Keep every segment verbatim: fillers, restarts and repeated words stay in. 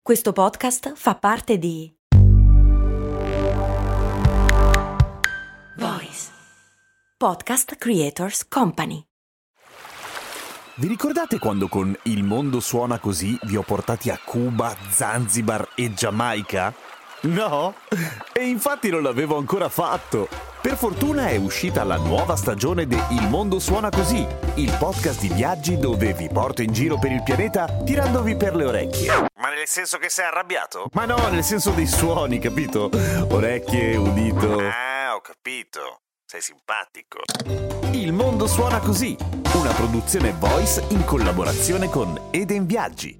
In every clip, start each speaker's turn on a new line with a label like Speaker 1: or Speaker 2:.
Speaker 1: Questo podcast fa parte di Voice Podcast Creators Company.
Speaker 2: Vi ricordate quando con Il mondo suona così vi ho portati a Cuba, Zanzibar e Giamaica? No? E infatti non l'avevo ancora fatto. Per fortuna è uscita la nuova stagione di Il mondo suona così, il podcast di viaggi dove vi porto in giro per il pianeta tirandovi per le orecchie. Ma nel senso che sei arrabbiato? Ma no, nel senso dei suoni, capito? Orecchie, udito. Ah, ho capito. Sei simpatico. Il mondo suona così, una produzione Voice in collaborazione con Eden Viaggi.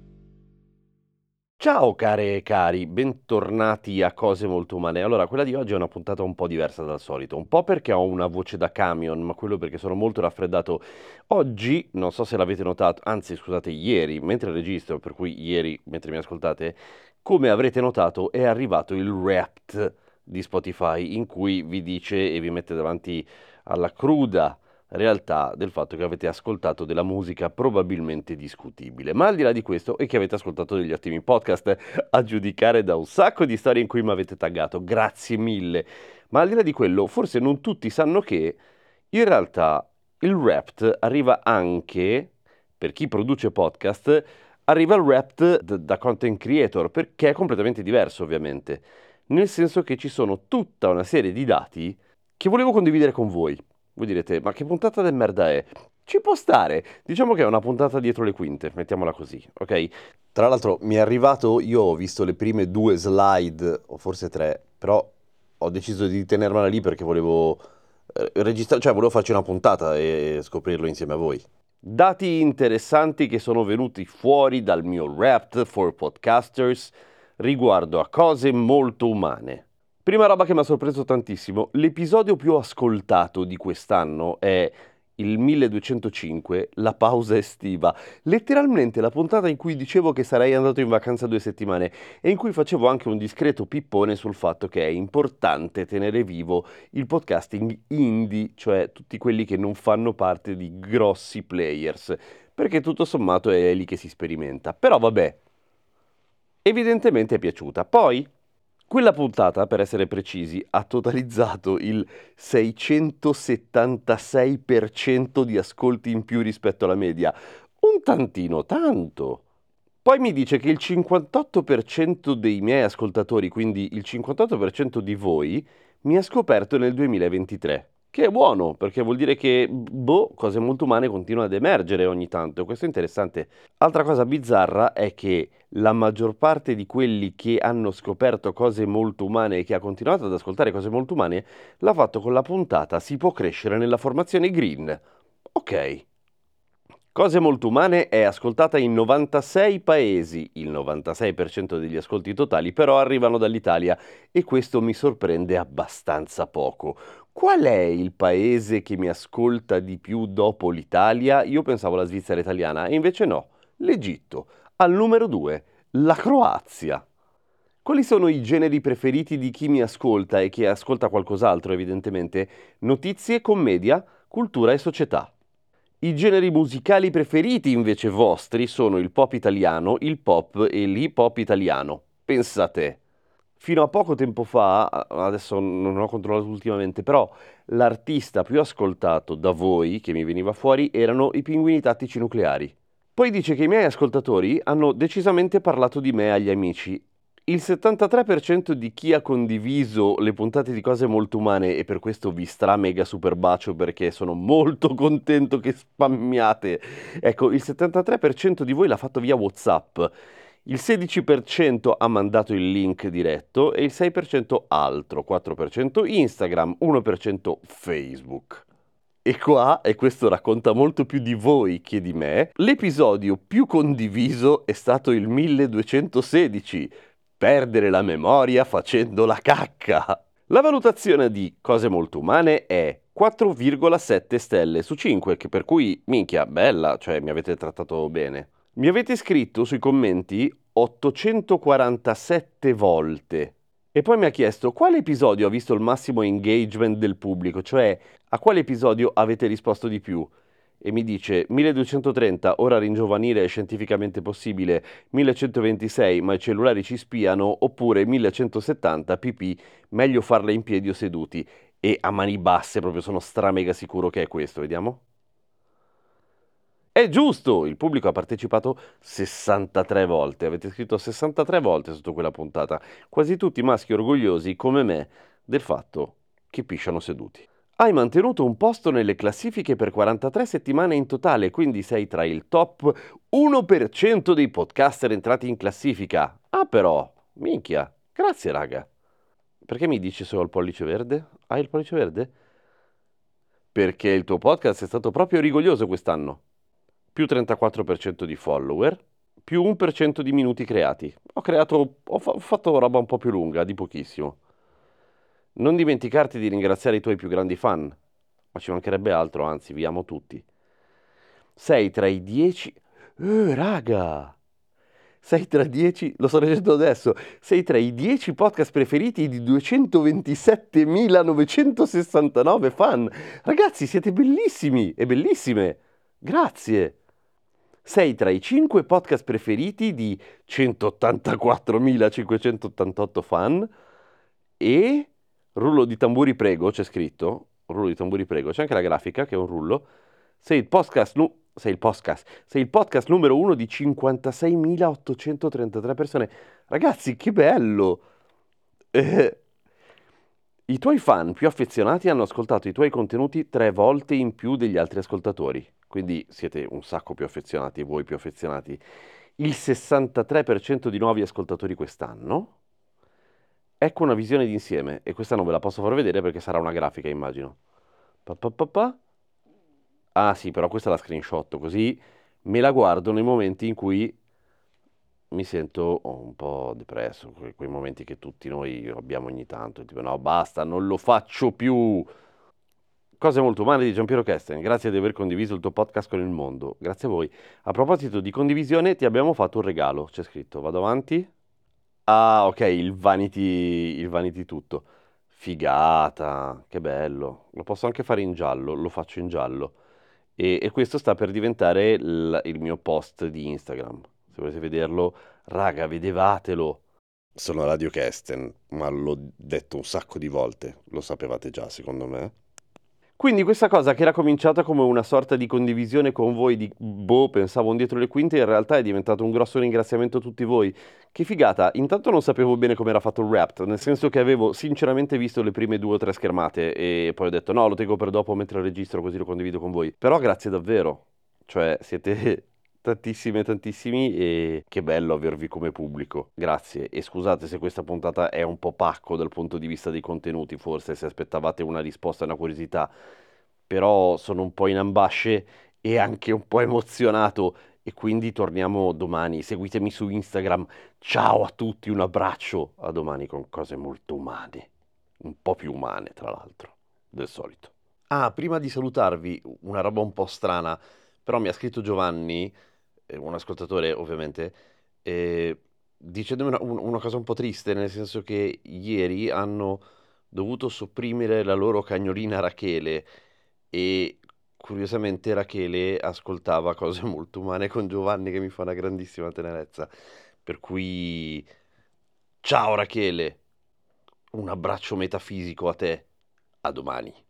Speaker 3: Ciao care e cari, bentornati a Cose Molto Umane. Allora, quella di oggi è una puntata un po' diversa dal solito, un po' perché ho una voce da camion, ma quello perché sono molto raffreddato. Oggi, non so se l'avete notato, anzi scusate, ieri, mentre registro, per cui ieri, mentre mi ascoltate, come avrete notato è arrivato il Wrapped di Spotify, in cui vi dice e vi mette davanti alla cruda realtà del fatto che avete ascoltato della musica probabilmente discutibile. Ma al di là di questo, e che avete ascoltato degli ottimi podcast, a giudicare da un sacco di storie in cui mi avete taggato, grazie mille. Ma al di là di quello, forse non tutti sanno che in realtà il Wrapped arriva anche, per chi produce podcast, arriva il Wrapped d- da content creator, perché è completamente diverso ovviamente, nel senso che ci sono tutta una serie di dati che volevo condividere con voi. Voi direte, ma che puntata del merda è? Ci può stare, diciamo che è una puntata dietro le quinte, mettiamola così, ok? Tra l'altro mi è arrivato, io ho visto le prime due slide, o forse tre, però ho deciso di tenermela lì perché volevo eh, registrare, cioè volevo farci una puntata e scoprirlo insieme a voi. Dati interessanti che sono venuti fuori dal mio Wrapped for Podcasters riguardo a cose molto umane. Prima roba che mi ha sorpreso tantissimo, l'episodio più ascoltato di quest'anno è il milleduecentocinque, la pausa estiva, letteralmente la puntata in cui dicevo che sarei andato in vacanza due settimane e in cui facevo anche un discreto pippone sul fatto che è importante tenere vivo il podcasting indie, cioè tutti quelli che non fanno parte di grossi players, perché tutto sommato è lì che si sperimenta. Però vabbè, evidentemente è piaciuta. Poi quella puntata, per essere precisi, ha totalizzato il seicentosettantasei per cento di ascolti in più rispetto alla media. Un tantino tanto. Poi mi dice che il cinquantotto per cento dei miei ascoltatori, quindi il cinquantotto per cento di voi, mi ha scoperto nel duemilaventitré. Che è buono, perché vuol dire che, boh, Cose Molto Umane continua ad emergere ogni tanto. Questo è interessante. Altra cosa bizzarra è che la maggior parte di quelli che hanno scoperto Cose Molto Umane e che ha continuato ad ascoltare Cose Molto Umane l'ha fatto con la puntata Si può crescere nella formazione green. Ok. Cose Molto Umane è ascoltata in novantasei paesi, il novantasei per cento degli ascolti totali però arrivano dall'Italia e questo mi sorprende abbastanza poco. Qual è il paese che mi ascolta di più dopo l'Italia? Io pensavo la Svizzera italiana e invece no, l'Egitto. Al numero due, la Croazia. Quali sono i generi preferiti di chi mi ascolta e che ascolta qualcos'altro evidentemente? Notizie, commedia, cultura e società. I generi musicali preferiti invece vostri sono il pop italiano, il pop e l'hip hop italiano. Pensate. Fino a poco tempo fa, adesso non ho controllato ultimamente, però l'artista più ascoltato da voi, che mi veniva fuori, erano i Pinguini Tattici Nucleari. Poi dice che i miei ascoltatori hanno decisamente parlato di me agli amici. Il settantatré per cento di chi ha condiviso le puntate di Cose Molto Umane, e per questo vi stra mega super bacio perché sono molto contento che spammiate. Ecco, il settantatré per cento di voi l'ha fatto via WhatsApp, il sedici per cento ha mandato il link diretto e il sei per cento altro, quattro per cento Instagram, uno per cento Facebook. E qua, e questo racconta molto più di voi che di me, l'episodio più condiviso è stato il milleduecentosedici, perdere la memoria facendo la cacca. La valutazione di Cose Molto Umane è quattro virgola sette stelle su cinque, che per cui, minchia, bella, cioè mi avete trattato bene. Mi avete scritto sui commenti ottocentoquarantasette volte. E poi mi ha chiesto quale episodio ha visto il massimo engagement del pubblico, cioè a quale episodio avete risposto di più. e mi dice milleduecentotrenta, ora ringiovanire è scientificamente possibile, millecentoventisei, ma i cellulari ci spiano, oppure millecentosettanta, pipì, meglio farla in piedi o seduti. E a mani basse proprio sono stramega sicuro che è questo, vediamo. È giusto! Il pubblico ha partecipato sessantatré volte, avete scritto sessantatré volte sotto quella puntata, quasi tutti maschi orgogliosi come me del fatto che pisciano seduti. Hai mantenuto un posto nelle classifiche per quarantatré settimane in totale, quindi sei tra il top uno per cento dei podcaster entrati in classifica. Ah però, minchia, grazie raga. Perché mi dici se ho il pollice verde? Hai il pollice verde? Perché il tuo podcast è stato proprio rigoglioso quest'anno. Più trentaquattro per cento di follower, più uno per cento di minuti creati. Ho creato, ho, fa- ho fatto roba un po' più lunga, di pochissimo. Non dimenticarti di ringraziare i tuoi più grandi fan, ma ci mancherebbe altro, anzi, vi amo tutti. Sei tra i dieci... Eh, raga! Sei tra i dieci... Lo sto leggendo adesso. Sei tra i dieci podcast preferiti di duecentoventisettemila novecentosessantanove fan. Ragazzi, siete bellissimi e bellissime. Grazie. Sei tra i cinque podcast preferiti di centottantaquattromilacinquecentottantotto fan e... Rullo di tamburi prego, c'è scritto. Rullo di tamburi prego. C'è anche la grafica che è un rullo. Sei il podcast, nu- sei il podcast, sei il podcast numero uno di cinquantaseimilaottocentotrentatré persone. Ragazzi, che bello! Eh, I tuoi fan più affezionati hanno ascoltato i tuoi contenuti tre volte in più degli altri ascoltatori. Quindi siete un sacco più affezionati e voi più affezionati. Il sessantatré per cento di nuovi ascoltatori quest'anno. Ecco una visione d'insieme, e questa non ve la posso far vedere perché sarà una grafica, immagino. Pa, pa, pa, pa. Ah sì, però questa la screenshot, così me la guardo nei momenti in cui mi sento un po' depresso, que- quei momenti che tutti noi abbiamo ogni tanto, tipo no, basta, non lo faccio più. Cose molto umane di Giampiero Kesten, grazie di aver condiviso il tuo podcast con il mondo, grazie a voi. A proposito di condivisione, ti abbiamo fatto un regalo, c'è scritto, vado avanti? Ah, ok, il Vanity, il Vanity tutto. Figata, che bello. Lo posso anche fare in giallo, lo faccio in giallo. E, e questo sta per diventare il, il mio post di Instagram. Se volete vederlo, raga, vedevatelo. Sono Radio Kesten, ma l'ho detto un sacco di volte, lo sapevate già, secondo me. Quindi questa cosa che era cominciata come una sorta di condivisione con voi di boh, pensavo un dietro le quinte, in realtà è diventato un grosso ringraziamento a tutti voi. Che figata, intanto non sapevo bene come era fatto il Wrapped, nel senso che avevo sinceramente visto le prime due o tre schermate e poi ho detto no, lo tengo per dopo mentre lo registro così lo condivido con voi. Però grazie davvero, cioè siete tantissime, tantissimi e che bello avervi come pubblico. Grazie e scusate se questa puntata è un po' pacco dal punto di vista dei contenuti, forse se aspettavate una risposta a una curiosità, però sono un po' in ambasce e anche un po' emozionato e quindi torniamo domani. Seguitemi su Instagram. Ciao a tutti, un abbraccio. A domani con cose molto umane, un po' più umane tra l'altro, del solito. Ah, prima di salutarvi, una roba un po' strana, però mi ha scritto Giovanni, eh, un ascoltatore ovviamente, eh, dicendomi una, un- una cosa un po' triste, nel senso che ieri hanno dovuto sopprimere la loro cagnolina Rachele e curiosamente Rachele ascoltava cose molto umane con Giovanni che mi fa una grandissima tenerezza. Per cui, ciao Rachele, un abbraccio metafisico a te, a domani.